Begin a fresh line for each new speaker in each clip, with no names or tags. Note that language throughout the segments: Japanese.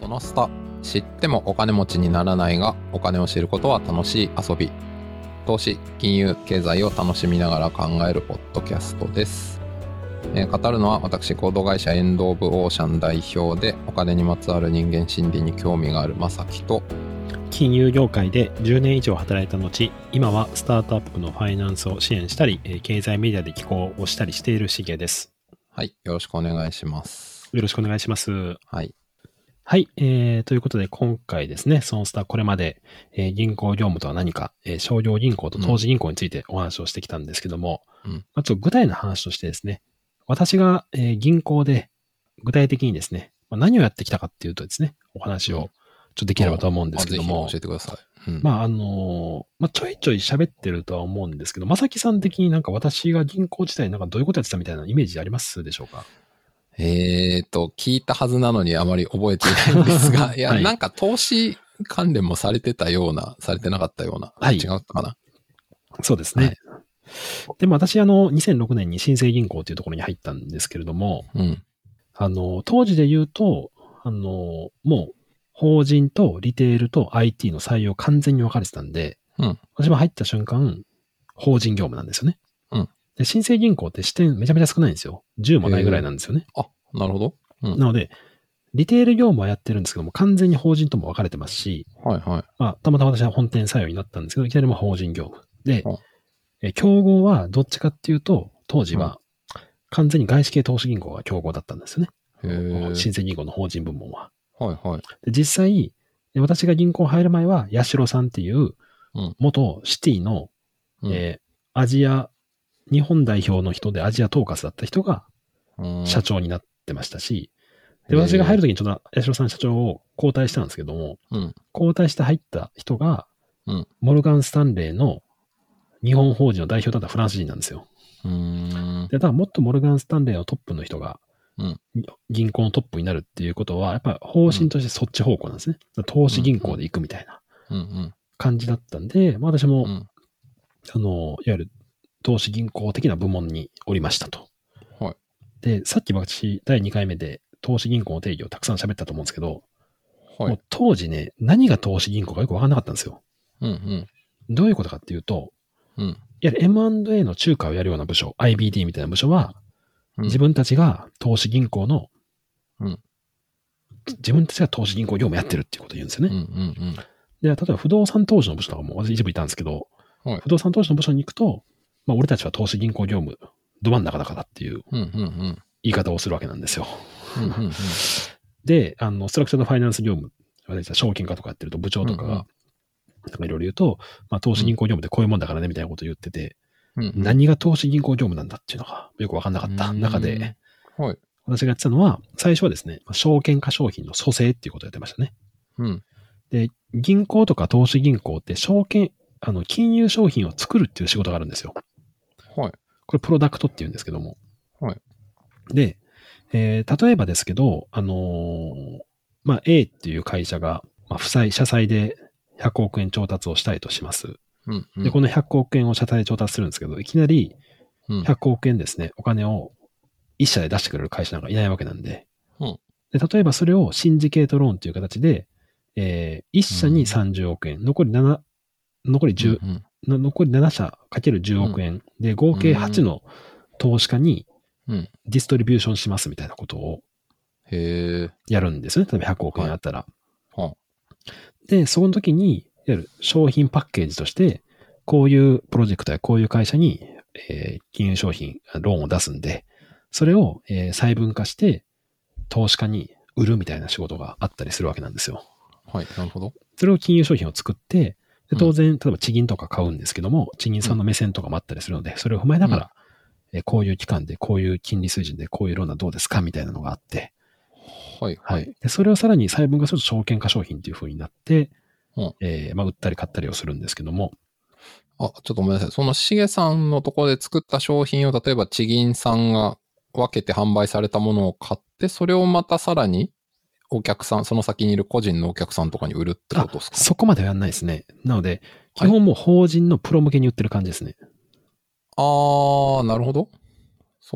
このスタ、知ってもお金持ちにならないが、お金を知ることは楽しい遊び。投資、金融、経済を楽しみながら考えるポッドキャストです。語るのは私、合同会社エンド・オブ・オーシャン代表で、お金にまつわる人間心理に興味があるまさきと、
金融業界で10年以上働いた後、今はスタートアップのファイナンスを支援したり、経済メディアで寄稿をしたりしているしげです。
はい、よろしくお願いします。
よろしくお願いします。
はい。
はい、ということで今回ですね、そのスタこれまで、銀行業務とは何か、商業銀行と投資銀行についてお話をしてきたんですけども、ちょっと具体の話としてですね、私が、銀行で具体的にですね、何をやってきたかっていうとですね、お話をちょっとできればと思うんですけども、
ぜひ教えてください。
ちょいちょい喋ってるとは思うんですけど、まさきさん的になんか私が銀行自体なんかどういうことやってたみたいなイメージありますでしょうか？
聞いたはずなのにあまり覚えていないんですが、いや、はい、なんか投資関連もされてたような、されてなかったような、はい、違ったかな。
そうですね。はい、でも私、2006年に新生銀行というところに入ったんですけれども、当時で言うと、もう、法人とリテールと IT の採用完全に分かれてたんで、私も入った瞬間、法人業務なんですよね。で、新生銀行って支店めちゃめちゃ少ないんですよ。10もないぐらいなんですよね。
あ、なるほど。
なので、リテール業務はやってるんですけども、完全に法人とも分かれてますし、たまたま私は本店採用になったんですけど、いきなりも法人業務。で、競合はどっちかっていうと、当時は完全に外資系投資銀行が競合だったんですよね。新生銀行の法人部門は。で実際、私が銀行入る前は、八代さんっていう、元シティの、アジア、日本代表の人でアジア統括だった人が社長になってましたし、で、私が入るときにちょっと八代さん社長を交代したんですけども、交代して入った人が、モルガン・スタンレーの日本法人の代表だったフランス人なんですよ。で、ただもっとモルガン・スタンレーのトップの人が、銀行のトップになるっていうことは、やっぱり方針としてそっち方向なんですね。投資銀行で行くみたいな感じだったんで、私も、いわゆる投資銀行的な部門におりましたと。で、さっき私、第2回目で投資銀行の定義をたくさん喋ったと思うんですけど、もう当時ね、何が投資銀行かよくわかんなかったんですよ。どういうことかっていうと、いわゆる M&A の仲介をやるような部署、IBD みたいな部署は、自分たちが投資銀行の、自分たちが投資銀行業務やってるっていうことを言うんですよね。で、例えば不動産投資の部署とかも私一部いたんですけど、不動産投資の部署に行くと、俺たちは投資銀行業務、ど真ん中だからっていう言い方をするわけなんですよ。で、ストラクチャードファイナンス業務、私は証券化とかやってると部長とかが、いろいろ言うと、投資銀行業務ってこういうもんだからねみたいなことを言ってて、何が投資銀行業務なんだっていうのがよくわかんなかった中で、私がやってたのは、最初はですね、証券化商品の組成っていうことをやってましたね。で、銀行とか投資銀行って金融商品を作るっていう仕事があるんですよ。これプロダクトって言うんですけども。で、例えばですけど、A っていう会社が、社債で100億円調達をしたいとします。で、この100億円を社債で調達するんですけど、いきなり100億円ですね、お金を一社で出してくれる会社なんかいないわけなんで、で例えばそれをシンジケートローンという形で、一社に30億円、残り7社かける10億円で、合計8の投資家にディストリビューションしますみたいなことをやるんですね。例えば100億円あったら。で、その時に、いわゆる商品パッケージとして、こういうプロジェクトやこういう会社に、金融商品、ローンを出すんで、それを、細分化して、投資家に売るみたいな仕事があったりするわけなんですよ。
なるほど。
それを金融商品を作って、で当然、例えば地銀とか買うんですけども、地銀さんの目線とかもあったりするので、それを踏まえながら、こういう期間で、こういう金利水準で、こういうローンはどうですかみたいなのがあって、でそれをさらに細分化すると証券化商品という風になって、売ったり買ったりをするんですけども。
ちょっとごめんなさい。そのしげさんのところで作った商品を、例えば地銀さんが分けて販売されたものを買って、それをまたさらにお客さん、その先にいる個人のお客さんとかに売るってことですか？
そこまではやんないですね。なので、基本もう法人のプロ向けに売ってる感じですね。
なるほど。そっか。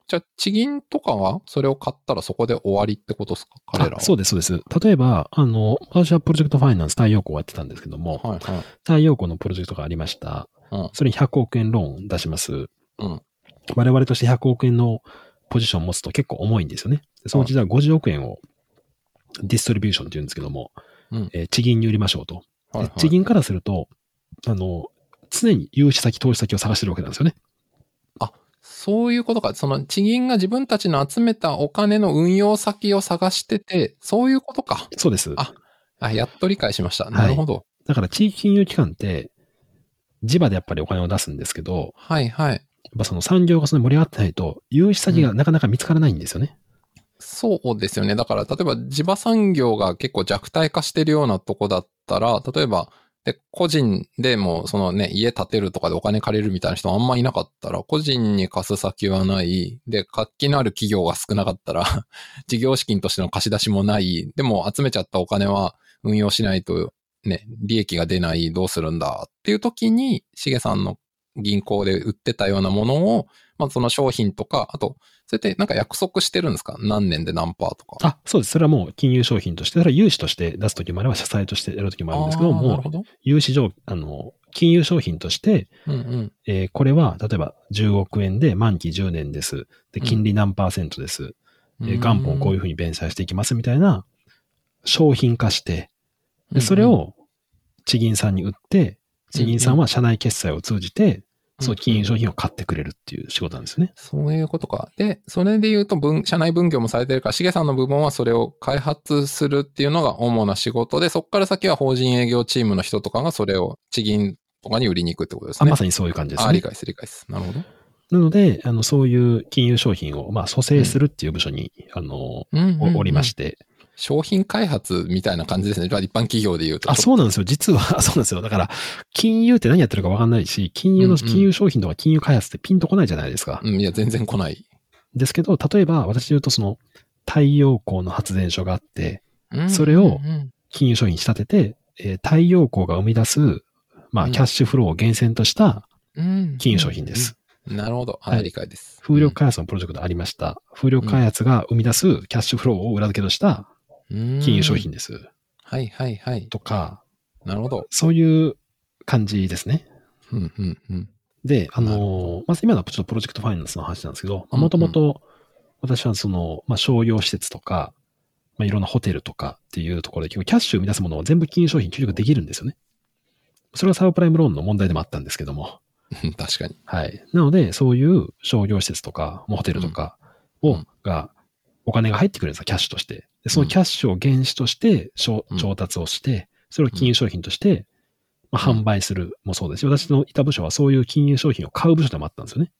じゃあ、地銀とかがそれを買ったらそこで終わりってことですか、彼らは。
そうです、そうです。例えば、私はプロジェクトファイナンス太陽光をやってたんですけども、
はいはい、
太陽光のプロジェクトがありました。それに100億円ローン出します。我々として100億円のポジションを持つと結構重いんですよね。そのうちじゃあ50億円をディストリビューションって言うんですけども、地銀に売りましょうと。地銀からすると、常に融資先、投資先を探してるわけなんですよね。
あ、そういうことか。その地銀が自分たちの集めたお金の運用先を探してて、そういうことか。
そうです。
やっと理解しました。なるほど。
だから地域金融機関って、地場でやっぱりお金を出すんですけど、
はいはい。やっ
ぱその産業がその盛り上がってないと、融資先がなかなか見つからないんですよね。
そうですよね。だから、例えば地場産業が結構弱体化してるようなとこだったら、例えば、で、個人でも、そのね、家建てるとかでお金借りるみたいな人あんまいなかったら、個人に貸す先はない。で、活気のある企業が少なかったら、事業資金としての貸し出しもない。でも集めちゃったお金は運用しないとね、利益が出ない。どうするんだっていう時に、しげさんの銀行で売ってたようなものを、まあその商品とか、あと、それってなんか約束してるんですか？何年で何パーとか。
そうです。それはもう金融商品として、それは融資として出すときもあれば、社債としてやるときもあるんですけども、融資金融商品として、これは、例えば10億円で満期10年です。で、金利何%です。元本こういうふうに弁済していきますみたいな商品化して、でそれを地銀さんに売って、地銀さんは社内決済を通じて、そう、金融商品を買ってくれるっていう仕事なんですね。
そういうことか。で、それで言うと社内分業もされてるから、しげさんの部門はそれを開発するっていうのが主な仕事で、そこから先は法人営業チームの人とかがそれを地銀とかに売りに行くってことですね。
まさにそういう感じですね。
理解です。。なるほど。
なので、そういう金融商品を、蘇生するっていう部署に、おりまして、
商品開発みたいな感じですね。一般企業で言うと。
そうなんですよ。実は、そうなんですよ。だから、金融って何やってるか分かんないし、金融商品とか金融開発ってピンとこないじゃないですか。
いや、全然来ない。
ですけど、例えば、私で言うと、太陽光の発電所があって、それを金融商品に仕立てて、太陽光が生み出す、キャッシュフローを源泉とした金融商品です。
なるほど。理解です。
風力開発のプロジェクトありました。風力開発が生み出すキャッシュフローを裏付けとした金融商品です。
はいはいはい。
とか、
なるほど。
そういう感じですね。で、今のはちょっとプロジェクトファイナンスの話なんですけど、もともと私は商業施設とか、いろんなホテルとかっていうところで結構キャッシュを生み出すものを全部金融商品究極できるんですよね。それはサブプライムローンの問題でもあったんですけども。
確かに。
はい。なので、そういう商業施設とか、ホテルとかが、お金が入ってくるんですよ、キャッシュとして。でそのキャッシュを原資として調達をして、それを金融商品として、販売するもそうですし、私のいた部署はそういう金融商品を買う部署でもあったんですよね。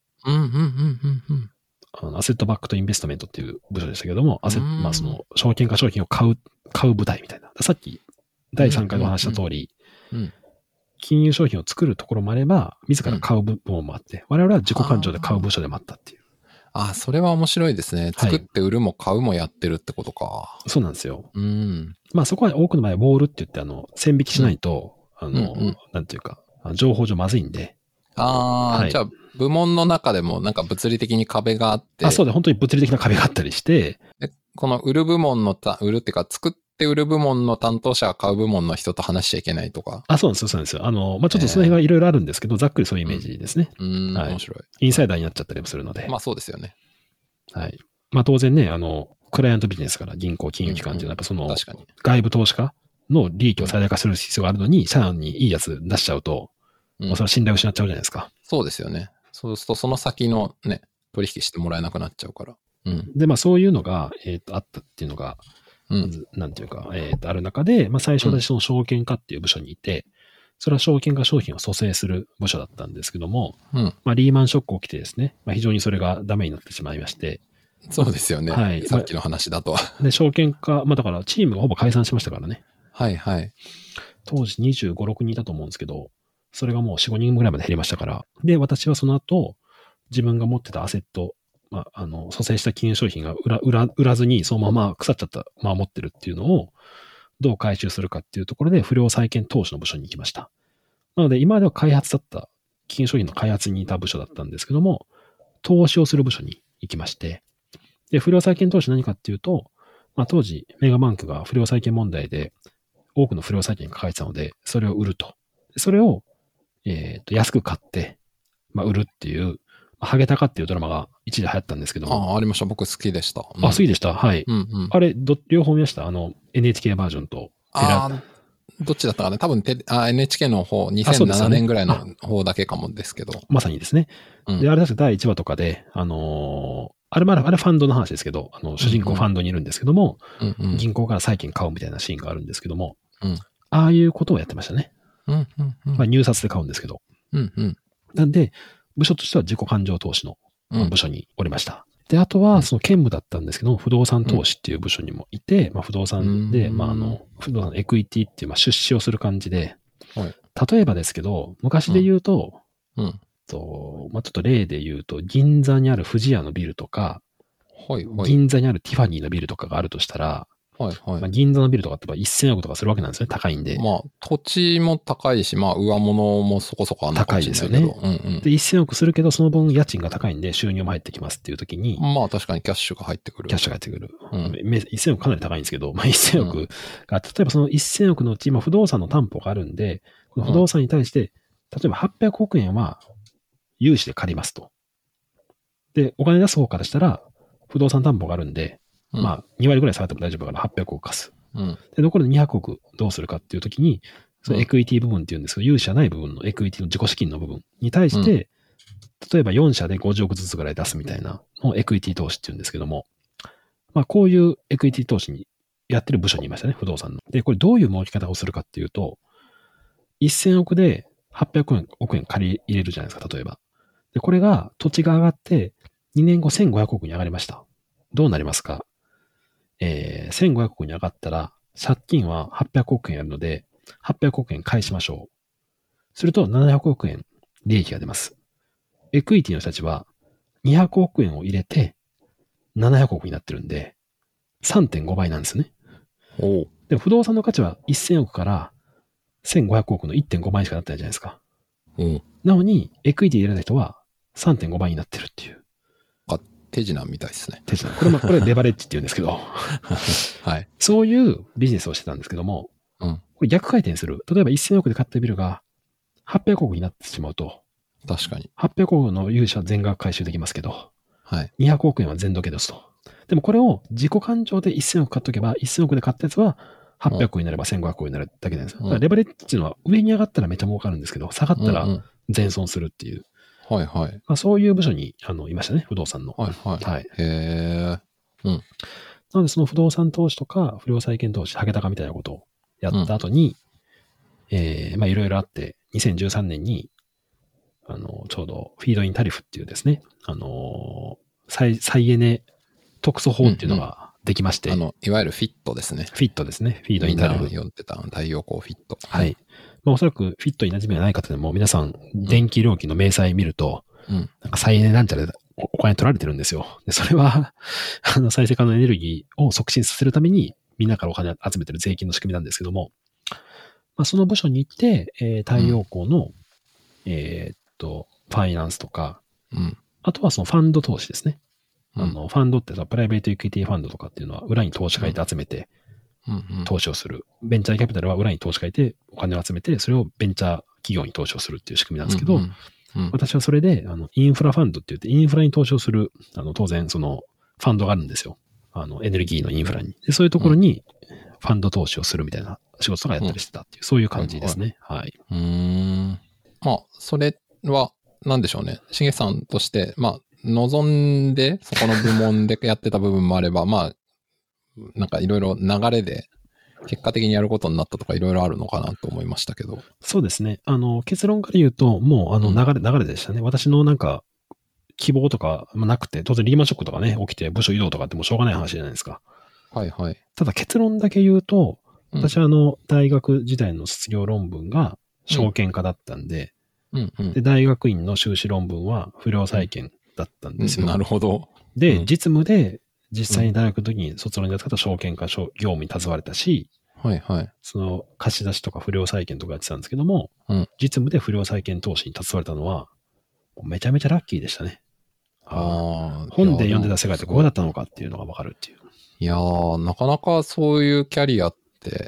アセットバックとインベストメントっていう部署でしたけども、証券化商品を買う部隊みたいな。さっき第3回でお話した通り、金融商品を作るところもあれば、自ら買う部門もあって、我々は自己勘定で買う部署でもあったっていう。
それは面白いですね。作って売るも買うもやってるってことか。
そうなんですよ。そこは多くの場合、ウォールって言って、線引きしないと、なんていうか、情報上まずいんで。
じゃあ、部門の中でもなんか物理的に壁があって。
そうで、本当に物理的な壁があったりして。
でこの売る部門の売るっていうか、作って売る部門の担当者が買う部門の人と話しちゃいけないとか。
そうなんですよ、そうなんですよ。ちょっとその辺はいろいろあるんですけど、ざっくりそういうイメージですね。
面白い。
インサイダーになっちゃったりもするので。
そうですよね。
はい。当然ね、クライアントビジネスから銀行、金融機関っていうのは、やっぱ外部投資家の利益を最大化する必要があるのに、社員にいいやつ出しちゃうと、それは信頼を失っちゃうじゃないですか。
そうですよね。そうすると、その先のね、取引してもらえなくなっちゃうから。
で、そういうのが、あったっていうのが、なんていうか、ある中で、最初私その証券化っていう部署にいて、それは証券化商品を蘇生する部署だったんですけども、リーマンショック起きてですね、非常にそれがダメになってしまいまして。
そうですよね。さっきの話だと。
で、証券化、だからチームがほぼ解散しましたからね。
はいはい。
当時25、6人いたと思うんですけど、それがもう4、5人ぐらいまで減りましたから。で、私はその後、自分が持ってたアセット、蘇生した金融商品が売らずに、そのまま腐っちゃったまま持ってるっていうのを、どう回収するかっていうところで、不良債権投資の部署に行きました。なので、今までは金融商品の開発にいた部署だったんですけども、投資をする部署に行きまして、で、不良債権投資何かっていうと、まあ当時、メガバンクが不良債権問題で多くの不良債権が抱えてたので、それを売ると。それを、安く買って、まあ売るっていう、ハゲタカっていうドラマが一時流行ったんですけども。
ありました。僕好きでした。
好きでした。はい。あれ、両方見ました？NHK バージョンと。
どっちだったかね。多分NHK の方、2007年ぐらいの方だけかもですけど。
まさにですね。で、あれ確か第1話とかで、あれファンドの話ですけど、主人公ファンドにいるんですけども、銀行から債券買うみたいなシーンがあるんですけども、ああいうことをやってましたね。まあ入札で買うんですけど。なんで、部署としては自己勘定投資の部署におりました。で、あとは、その兼務だったんですけど、不動産投資っていう部署にもいて、まあ、不動産で、まあ、不動産エクイティっていう、まあ、出資をする感じで、例えばですけど、昔で言うと、まあ、ちょっと例で言うと、銀座にある富士屋のビルとか、銀座にあるティファニーのビルとかがあるとしたら、まあ、銀座のビルとかって1000億とかするわけなんですね。高いんで。
まあ、土地も高いし、まあ、上物もそこそこあるのかもしれないけど。
高いですよね。で、1000億するけど、その分家賃が高いんで収入も入ってきますっていう時に。
まあ、確かにキャッシュが入ってくる。
1000億かなり高いんですけど、まあ、1000億が、例えばその1000億のうち、今不動産の担保があるんで、この不動産に対して、例えば800億円は融資で借りますと。で、お金出す方からしたら、不動産担保があるんで、まあ、2割ぐらい下がっても大丈夫だから800億貸す。で、残り200億どうするかっていうときに、そのエクイティ部分っていうんですけど、融資じゃない部分のエクイティの自己資金の部分に対して、例えば4社で50億ずつぐらい出すみたいなのをエクイティ投資っていうんですけども、まあ、こういうエクイティ投資にやってる部署にいましたね、不動産の。で、これどういう儲け方をするかっていうと、1000億で800億円借り入れるじゃないですか、例えば。で、これが土地が上がって2年後1500億に上がりました。どうなりますか？1500億に上がったら、借金は800億円あるので、800億円返しましょう。すると700億円利益が出ます。エクイティの人たちは200億円を入れて700億になってるんで、3.5 倍なんですね。でも不動産の価値は1000億から1500億の 1.5 倍しかなってないじゃないですか。なのに、エクイティ入れた人は 3.5 倍になってるっていう。
手品みたいですね。
手品。これレバレッジって言うんですけど。
はい。
そういうビジネスをしてたんですけども、これ逆回転する。例えば1000億で買ったビルが800億になってしまうと、
確かに。
800億の融資は全額回収できますけど、
はい。
200億円は全土下ですと。でもこれを自己勘定で1000億買っとけば、1000億で買ったやつは800億になれば1500億になるだけなんですよ。だからレバレッジっていうのは上に上がったらめっちゃ儲かるんですけど、下がったら全損するっていう。
はいはい。
まあ、そういう部署にいましたね、不動産の。
はいはい。
はい。
へー。
なのでその不動産投資とか不良債権投資、ハゲタカみたいなことをやった後に、まあいろいろあって、2013年に、ちょうどフィードインタリフっていうですね、再エネ特措法っていうのができまして。
いわゆるフィットですね。
フィットですね。フィードインタリフ。
みんな読んでた太陽光フィット。
はい。まあ、おそらくフィットに馴染みがない方でも皆さん、電気料金の明細見ると、なんか再エネなんちゃらでお金取られてるんですよ。で、それは、再生可能エネルギーを促進させるために、みんなからお金を集めてる税金の仕組みなんですけども、まあ、その部署に行って、太陽光の、ファイナンスとか、あとはそのファンド投資ですね。ファンドってさ、プライベートエクイティファンドとかっていうのは裏に投資家いて集めて、投資をする。ベンチャーキャピタルは裏に投資家いてお金を集めて、それをベンチャー企業に投資をするっていう仕組みなんですけど、私はそれで、インフラファンドって言って、インフラに投資をする、当然、その、ファンドがあるんですよ。エネルギーのインフラに。で、そういうところに、ファンド投資をするみたいな仕事とかやったりしてたっていう、そういう感じですね。はい。
まあ、それは、なんでしょうね。しげさんとして、まあ、望んで、そこの部門でやってた部分もあれば、まあ、なんかいろいろ流れで、結果的にやることになったとかいろいろあるのかなと思いましたけど。
そうですね。結論から言うと、もう流れでしたね。私のなんか、希望とかなくて、当然リーマンショックとかね、起きて部署移動とかってもうしょうがない話じゃないですか。
はいはい。
ただ結論だけ言うと、私は大学時代の卒業論文が証券科だったんで、で、大学院の修士論文は不良債権だったんですよ。
なるほど。
で、実務で、実際に大学の時に卒論でやった証券化業務に携われたし、
はいはい。
その貸し出しとか不良債権とかやってたんですけども、実務で不良債権投資に携われたのは、めちゃめちゃラッキーでしたね。 本で読んでた世界ってこうだったのかっていうのがわかるっていう。
いやー、なかなかそういうキャリアって、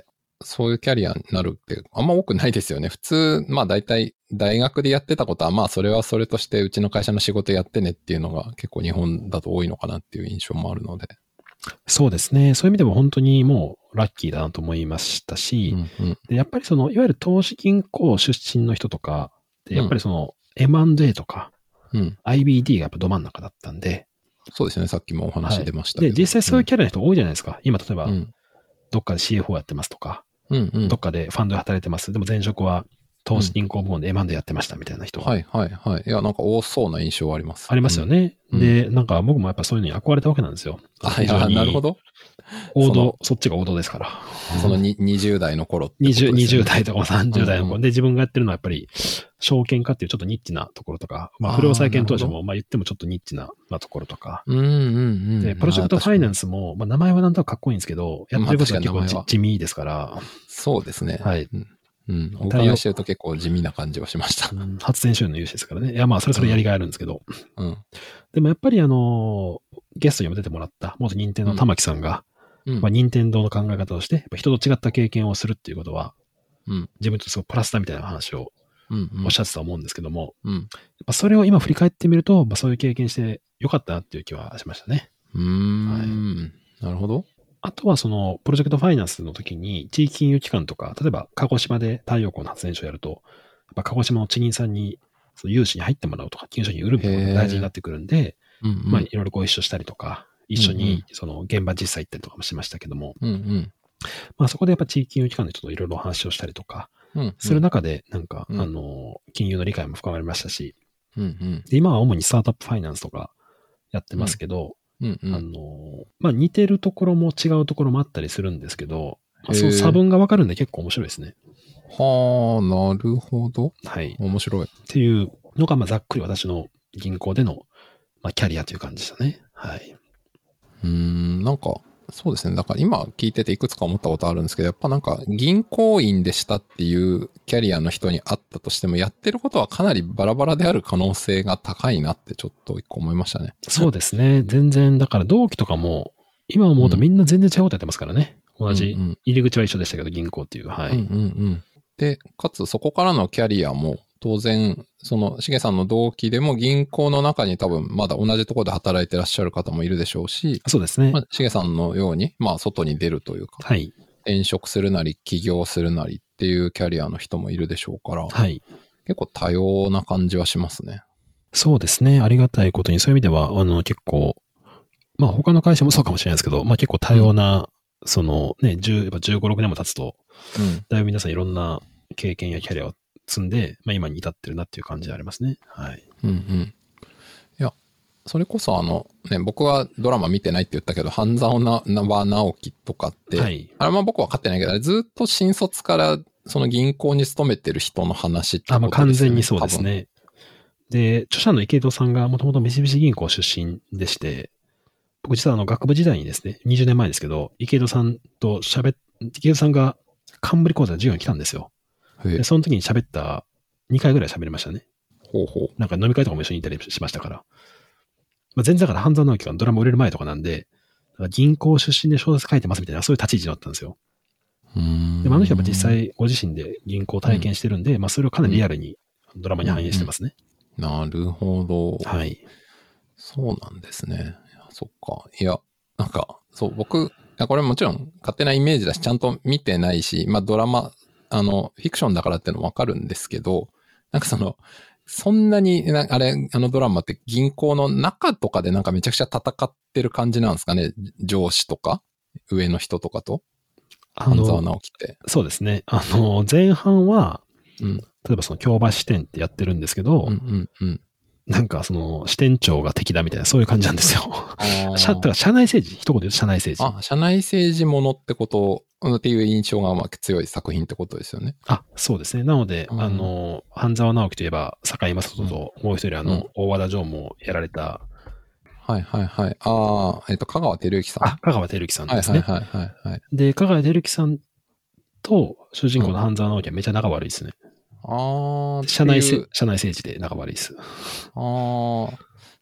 そういうキャリアになるってあんま多くないですよね。普通、まあ大体大学でやってたことはまあそれはそれとしてうちの会社の仕事やってねっていうのが結構日本だと多いのかなっていう印象もあるので。
そうですね。そういう意味でも本当にもうラッキーだなと思いましたし、でやっぱりそのいわゆる投資銀行出身の人とか、でやっぱりその M&A とか、IBD がやっぱど真ん中だったんで。
そうですね。さっきもお話出ましたけど。
で、実際そういうキャリアの人多いじゃないですか。今例えば、どっかで CFO やってますとか、どっかでファンドで働いてます。でも前職は投資銀行部門で M&A やってましたみたいな人は。
はいはいはい。いや、なんか多そうな印象はあります。
ありますよね。で、なんか僕もやっぱそういうのに憧れたわけなんですよ。
いや、なるほど。
そっちが王道ですから。
その20代の頃って
ことですね。20代とか30代の頃で自分がやってるのはやっぱり証券化っていうちょっとニッチなところとか、まあ不良債権投資もまあ言ってもちょっとニッチなところとか。で、プロジェクトファイナンスも、まあ名前はなんとなくかっこいいんですけど、やってることが結構地味ですから。
そうですね。
はい。
お伺いしてると結構地味な感じはしました。
発電収入の融資ですからね。いや、まあ、それやりがいあるんですけど。でもやっぱりゲストにも出てもらった元任天堂の玉木さんが、まあ、任天堂の考え方として、やっぱ人と違った経験をするっていうことは、自分とすごいプラスだみたいな話をおっしゃってたと思うんですけども、やっぱそれを今振り返ってみると、まあ、そういう経験してよかったなっていう気はしましたね。
なるほど。
あとはそのプロジェクトファイナンスの時に地域金融機関とか、例えば鹿児島で太陽光の発電所をやると、やっぱ鹿児島の地銀さんにその融資に入ってもらうとか、金融商品売るみたいなことが大事になってくるんで、まあいろいろご一緒したりとか、一緒にその現場実際行ったりとかもしましたけども、まあそこでやっぱ地域金融機関でちょっといろいろお話をしたりとか、する中でなんか、金融の理解も深まりましたし、で今は主にスタートアップファイナンスとかやってますけど、まあ似てるところも違うところもあったりするんですけど、まあ、その差分がわかるんで結構面白いですね。
はあ、なるほど。
はい。
面白い。
っていうのが、まあざっくり私の銀行での、まあ、キャリアという感じでしたね。はい。
なんか、そうですね。だから今聞いてていくつか思ったことあるんですけど、やっぱなんか銀行員でしたっていうキャリアの人に会ったとしても、やってることはかなりバラバラである可能性が高いなってちょっと一個思いましたね。
そうですね。全然、だから同期とかも、今思うとみんな全然違うことやってますからね。同じ、入り口は一緒でしたけど、銀行っていう。はい。
で、かつそこからのキャリアも、当然、その、しげさんの同期でも銀行の中に多分まだ同じところで働いてらっしゃる方もいるでしょうし、
そうですね。
まあ、しげさんのように、まあ、外に出るというか、
はい。
転職するなり、起業するなりっていうキャリアの人もいるでしょうから、
はい。
結構多様な感じはしますね。
そうですね。ありがたいことに、そういう意味では、結構、まあ他の会社もそうかもしれないですけど、まあ結構多様な、そのね、15、6年も経つと、だいぶ皆さんいろんな経験やキャリアを積んで、まあ今に至ってるなっていう感じでありますね。はい。
いや、それこそ僕はドラマ見てないって言ったけど、半沢直樹とかって、はい、あれまあ僕は分かってないけど、ずっと新卒からその銀行に勤めてる人の話ってことですよね。
まあ完全にそうですね。で、著者の池戸さんがもともと三菱銀行出身でして、僕実は学部時代にですね、20年前ですけど、池戸さんと池戸さんが冠講座で授業に来たんですよ。でその時に喋った2回ぐらい喋りましたね。なんか飲み会とかも一緒に行ったりしましたから。まあ、全然だから半沢直樹がドラマ売れる前とかなんで、銀行出身で小説書いてますみたいな、そういう立ち位置だったんですよ。でもあの人は実際ご自身で銀行を体験してるんで、まあそれをかなりリアルにドラマに反映してますね。
なるほど。
はい。
そうなんですね。そっか。いや、なんか、そう、僕、これもちろん勝手なイメージだし、ちゃんと見てないし、まあドラマ、フィクションだからっていうのもわかるんですけど、なんかそんなに、ドラマって銀行の中とかでなんかめちゃくちゃ戦ってる感じなんですかね。上司とか、上の人とかと。半沢直樹って。
そうですね。前半は、例えばその京橋支店ってやってるんですけど、なんか支店長が敵だみたいな、そういう感じなんですよ。だから社内政治、一言で言うと社内政
治。社内政治ものってことっていう印象がまあ強い作品ってことですよね。
そうですね。なので、半沢直樹といえば、堺雅人と、もう一人大和田常もやられた。
はいはいはい。香川照之さん。
香川照之さんですね。
はい。
で、香川照之さんと主人公の半沢直樹はめちゃ仲悪いですね。社内政治で仲悪いです。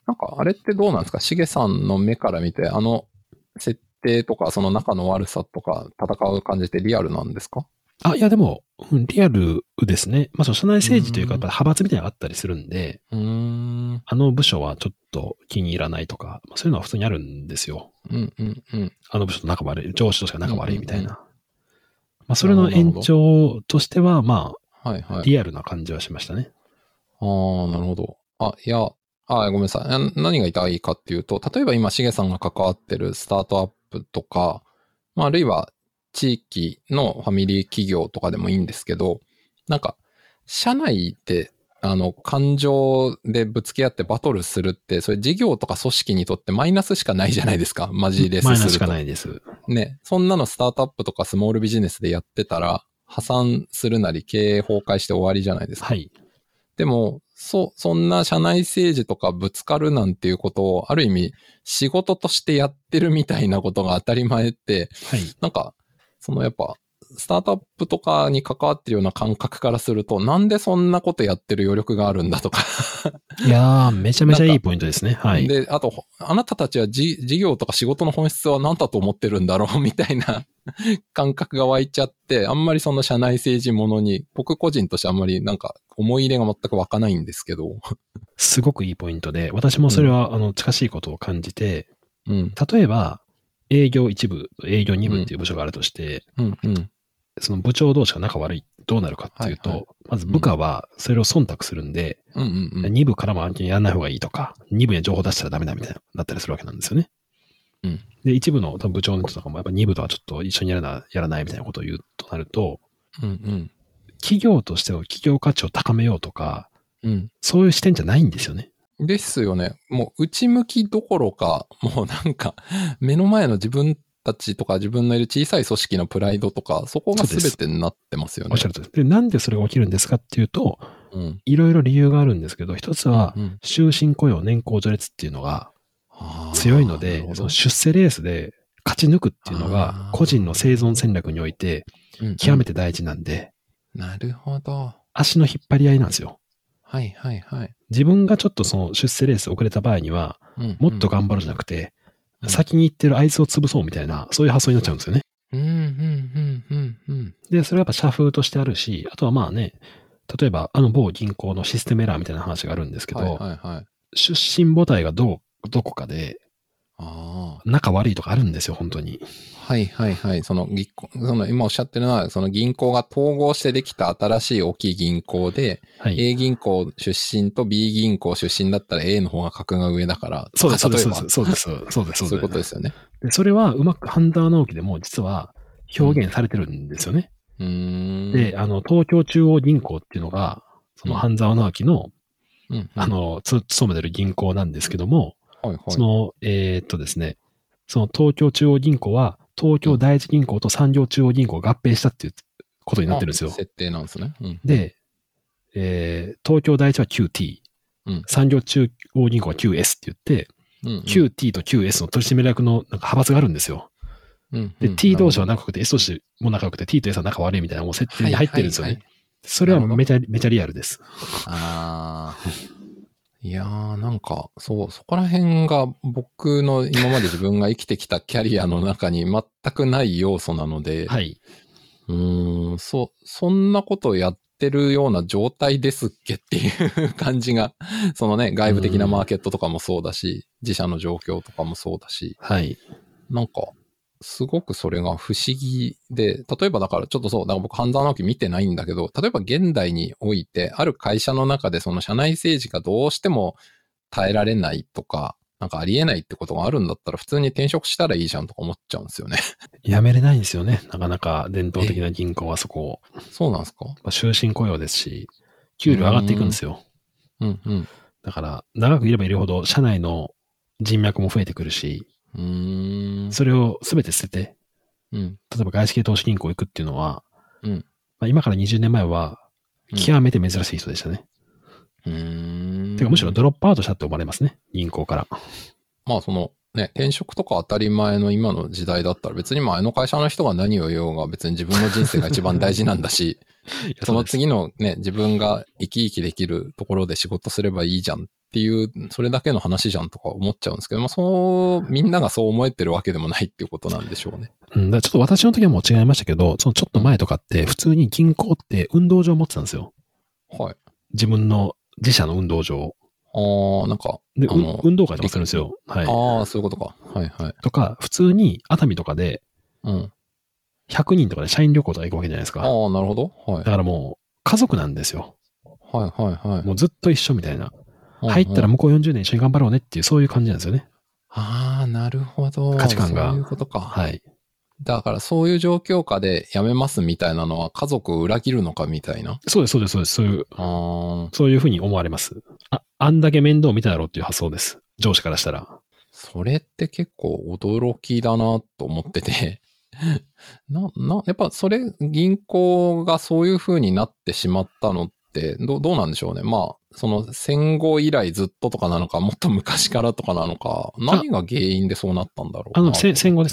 なんかあれってどうなんですか？しげさんの目から見て、設定とかその仲の悪さとか戦う感じってリアルなんですか？
いやでも、リアルですね。まあ、その社内政治というか、やっぱ派閥みたいなのがあったりするんで、あの部署はちょっと気に入らないとか、まあ、そういうのは普通にあるんですよ。あの部署と仲悪い、上司としか仲悪いみたいな。まあ、それの延長としては、まあ、リアルな感じはしましたね。
なるほど。ごめんなさい。何が言いたいかっていうと、例えば今、しげさんが関わってるスタートアップとか、まあ、あるいは地域のファミリー企業とかでもいいんですけど、なんか、社内で、感情でぶつけ合ってバトルするって、それ事業とか組織にとってマイナスしかないじゃないですか。マジレスすると。
マイナスしかないです。
ね。そんなのスタートアップとかスモールビジネスでやってたら、破産するなり経営崩壊して終わりじゃないですか。
はい。
でも、そんな社内政治とかぶつかるなんていうことを、ある意味仕事としてやってるみたいなことが当たり前って、
はい、
なんか、やっぱ、スタートアップとかに関わってるような感覚からすると、なんでそんなことやってる余力があるんだとか。
いやー、めちゃめちゃいいポイントですね。はい。
で、あと、あなたたちは事業とか仕事の本質は何だと思ってるんだろうみたいな感覚が湧いちゃって、あんまりその社内政治ものに、僕個人としてあんまりなんか思い入れが全く湧かないんですけど。
すごくいいポイントで、私もそれは、近しいことを感じて、例えば、営業1部、営業2部っていう部署があるとして、その部長同士が仲悪い、どうなるかっていうと、まず部下はそれを忖度するんで、2部からも案件やらない方がいいとか、2部に情報出したらダメだみたいな、だったりするわけなんですよね。で、一部の多分部長の人とかもやっぱ2部とはちょっと一緒にやらないみたいなことを言うとなると、企業としての企業価値を高めようとか、そういう視点じゃないんですよね。
ですよね。もう内向きどころか、もうなんか目の前の自分たちとか自分のいる小さい組織のプライドとか、そこが全てになってますよね。
おっしゃるとおりです。で、なんでそれが起きるんですかっていうと、いろいろ理由があるんですけど、一つは、終身雇用年功序列っていうのが強いので、その出世レースで勝ち抜くっていうのが、個人の生存戦略において、極めて大事なんで、
なるほど。
足の引っ張り合いなんですよ。
はいはいはい。
自分がちょっとその出世レース遅れた場合には、もっと頑張るじゃなくて、先に行ってるあいつを潰そうみたいな、そういう発想になっちゃうんですよね。で、それはやっぱ社風としてあるし、あとはまあね、例えば某銀行のシステムエラーみたいな話があるんですけど、出身母体がどこかで、仲悪いとかあるんですよ、本当に。
はいはいはい。今おっしゃってるのは、その銀行が統合してできた新しい大きい銀行で、A 銀行出身と B 銀行出身だったら A の方が格が上だから。
そうです。そういう
ことですよね。
でそれはうまく半沢直樹でも実は表現されてるんですよね。で、東京中央銀行っていうのが、その半沢直樹の、勤めてる銀行なんですけども、ですね、その東京中央銀行は、東京第一銀行と産業中央銀行を合併したっていうことになってるんですよ。
設定なんですね。
で、東京第一は QT、産業中央銀行は QS って言って、QT と QS の取締役のなんか派閥があるんですよ。で、T 同士は仲良くて、S 同士も仲良くて、T と S は仲悪いみたいなもう設定に入ってるんですよね。それはめちゃリアルです。
いやーなんか、そこら辺が僕の今まで自分が生きてきたキャリアの中に全くない要素なので、
はい。
そんなことをやってるような状態ですっけっていう感じが、そのね、外部的なマーケットとかもそうだし、自社の状況とかもそうだし、
はい。
なんか、すごくそれが不思議で、例えばだからちょっとだから僕半沢直樹見てないんだけど、例えば現代において、ある会社の中でその社内政治がどうしても耐えられないとか、なんかありえないってことがあるんだったら普通に転職したらいいじゃんとか思っちゃうんですよね。
やめれないんですよね。なかなか伝統的な銀行はそこを。
そうなんですか？
終身雇用ですし、給料上がっていくんですよ。だから、長くいればいるほど社内の人脈も増えてくるし、それを全て捨てて、例えば外資系投資銀行行くっていうのは、今から20年前は極めて珍しい人でしたね。てかむしろドロップアウトしたって思われますね、銀行から。
まあ転職とか当たり前の今の時代だったら別に前の会社の人が何を言おうが別に自分の人生が一番大事なんだし、その次のね、自分が生き生きできるところで仕事すればいいじゃんっっていう、それだけの話じゃんとか思っちゃうんですけど、みんながそう思えてるわけでもないっていうことなんでしょうね。
だちょっと私の時はもう違いましたけど、そのちょっと前とかって普通に銀行って運動場を持ってたんですよ。 はい。自社の運動場。
なんか。
で、運動会とかするんですよ。はい。
そういうことか。はいはい。
とか、普通に熱海とかで、100人とかで社員旅行とか行くわけじゃないですか。
なるほど。はい。
だからもう、家族なんですよ。
はいはいはい。
もうずっと一緒みたいな。入ったら向こう40年一緒に頑張ろうねっていう、そういう感じなんですよね。
なるほど。
価値観が。
そういうことか。
はい。
だからそういう状況下で辞めますみたいなのは家族を裏切るのかみたいな。
そうです。そういうふうに思われます。あんだけ面倒見ただろうっていう発想です。上司からしたら。
それって結構驚きだなと思ってて。やっぱそれ、銀行がそういう風になってしまったのって、どうなんでしょうね。その戦後以来ずっととかなのか、もっと昔からとかなのか、何が原因でそうなったんだろうな。
戦後です。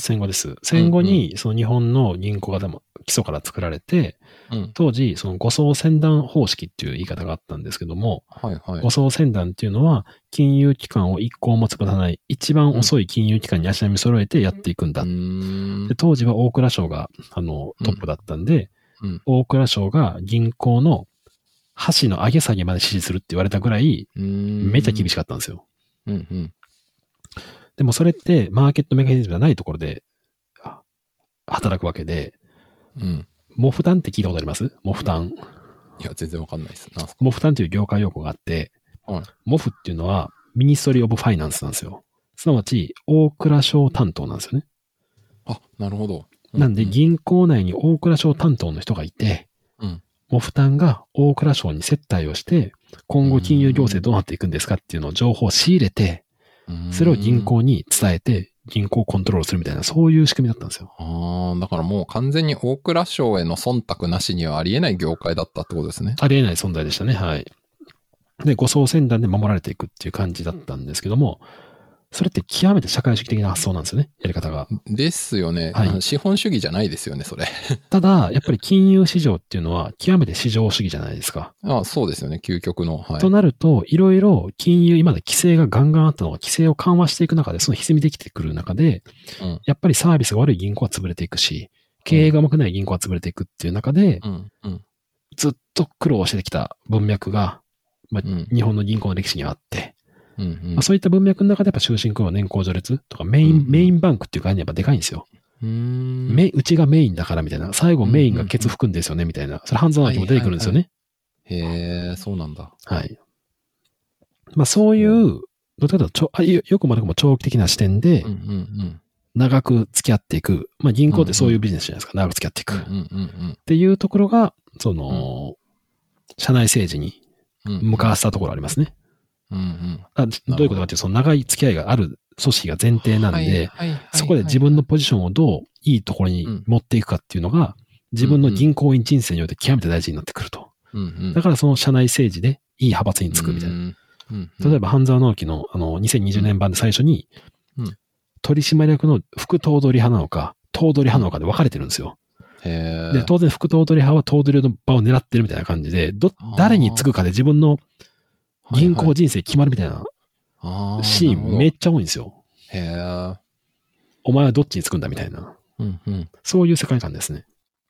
戦後に、その日本の銀行がでも基礎から作られて、当時、その護送船団方式っていう言い方があったんですけども、護送船団っていうのは、金融機関を一向も潰さない、一番遅い金融機関に足並み揃えてやっていくんだ。で当時は大蔵省が、トップだったんで、大蔵省が銀行の箸の上げ下げまで指示するって言われたぐらい、めちゃ厳しかったんですよ。でもそれって、マーケットメカニズムじゃないところで、働くわけで、モフタンって聞いたことあります？モフタン。
いや、全然わかんないです。
モフタンという業界用語があって、モフっていうのは、ミニストリー・オブ・ファイナンスなんですよ。すなわち、大蔵省担当なんですよね。
なるほど。
なんで、銀行内に大蔵省担当の人がいて、モフタンが大蔵省に接待をして、今後金融行政どうなっていくんですかっていうのを情報を仕入れて、それを銀行に伝えて、銀行をコントロールするみたいな、そういう仕組みだったんですよ。
だからもう完全に大蔵省への忖度なしにはありえない業界だったってことですね。
ありえない存在でしたね。はい。で、護送船団で守られていくっていう感じだったんですけども、それって極めて社会主義的な発想なんですよね、やり方が。
ですよね。
はい、
資本主義じゃないですよね、それ。
ただ、やっぱり金融市場っていうのは極めて市場主義じゃないですか。
そうですよね、究極の。はい、
となると、いろいろ金融、今まで規制がガンガンあったのが規制を緩和していく中で、その歪みできてくる中で、やっぱりサービスが悪い銀行は潰れていくし、経営がうまくない銀行は潰れていくっていう中で、ずっと苦労してきた文脈が、日本の銀行の歴史にはあって、そういった文脈の中でやっぱ終身雇用年功序列とかメインバンクっていう概念やっぱでかいんですよ。うちがメインだからみたいな。最後メインがケツ吹くんですよねみたいな。それ半沢直樹も出てくるんですよね。
へえ、そうなんだ。
はい。そういう、どっちかというと、よくもなくも長期的な視点で、長く付き合っていく。銀行ってそういうビジネスじゃないですか。長く付き合っていく。っていうところが、その、社内政治に向かわせたところありますね。どういうことかっていうと、その長い付き合いがある組織が前提なんで、そこで自分のポジションをどういいところに持っていくかっていうのが、自分の銀行員人生において極めて大事になってくると。だからその社内政治でいい派閥につくみたいな。例えば、半沢直樹の2020年版で最初に、取締役の副頭取派なのか、頭取派なのかで分かれてるんですよ。で、当然副頭取派は頭取の場を狙ってるみたいな感じで、誰につくかで自分の銀行人生決まるみたいなシーンめっちゃ多いんですよ。お前はどっちにつくんだみたいな。そういう世界観ですね。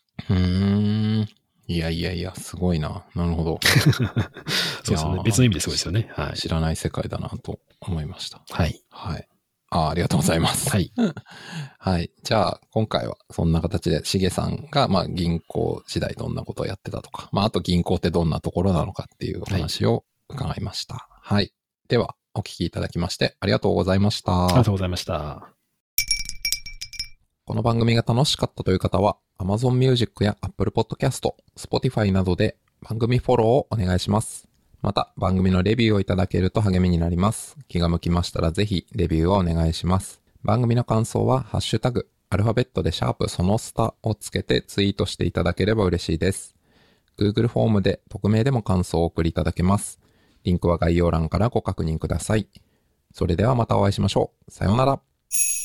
いや、すごいな。なるほど。
そうですね。別の意味ですごいですよね。はい。
知らない世界だなと思いました。
はい。
はい。ありがとうございます。
はい。
はい。じゃあ、今回はそんな形で、しげさんが、銀行時代どんなことをやってたとか、あと銀行ってどんなところなのかっていうお話を伺いました。はい。では、お聞きいただきましてありがとうございました。
ありがとうございました。
この番組が楽しかったという方は、Amazon Music や Apple Podcast、Spotify などで番組フォローをお願いします。また、番組のレビューをいただけると励みになります。気が向きましたらぜひレビューをお願いします。番組の感想は、ハッシュタグ、アルファベットで#そのスタをつけてツイートしていただければ嬉しいです。Google フォームで匿名でも感想をお送りいただけます。リンクは概要欄からご確認ください。それではまたお会いしましょう。さようなら。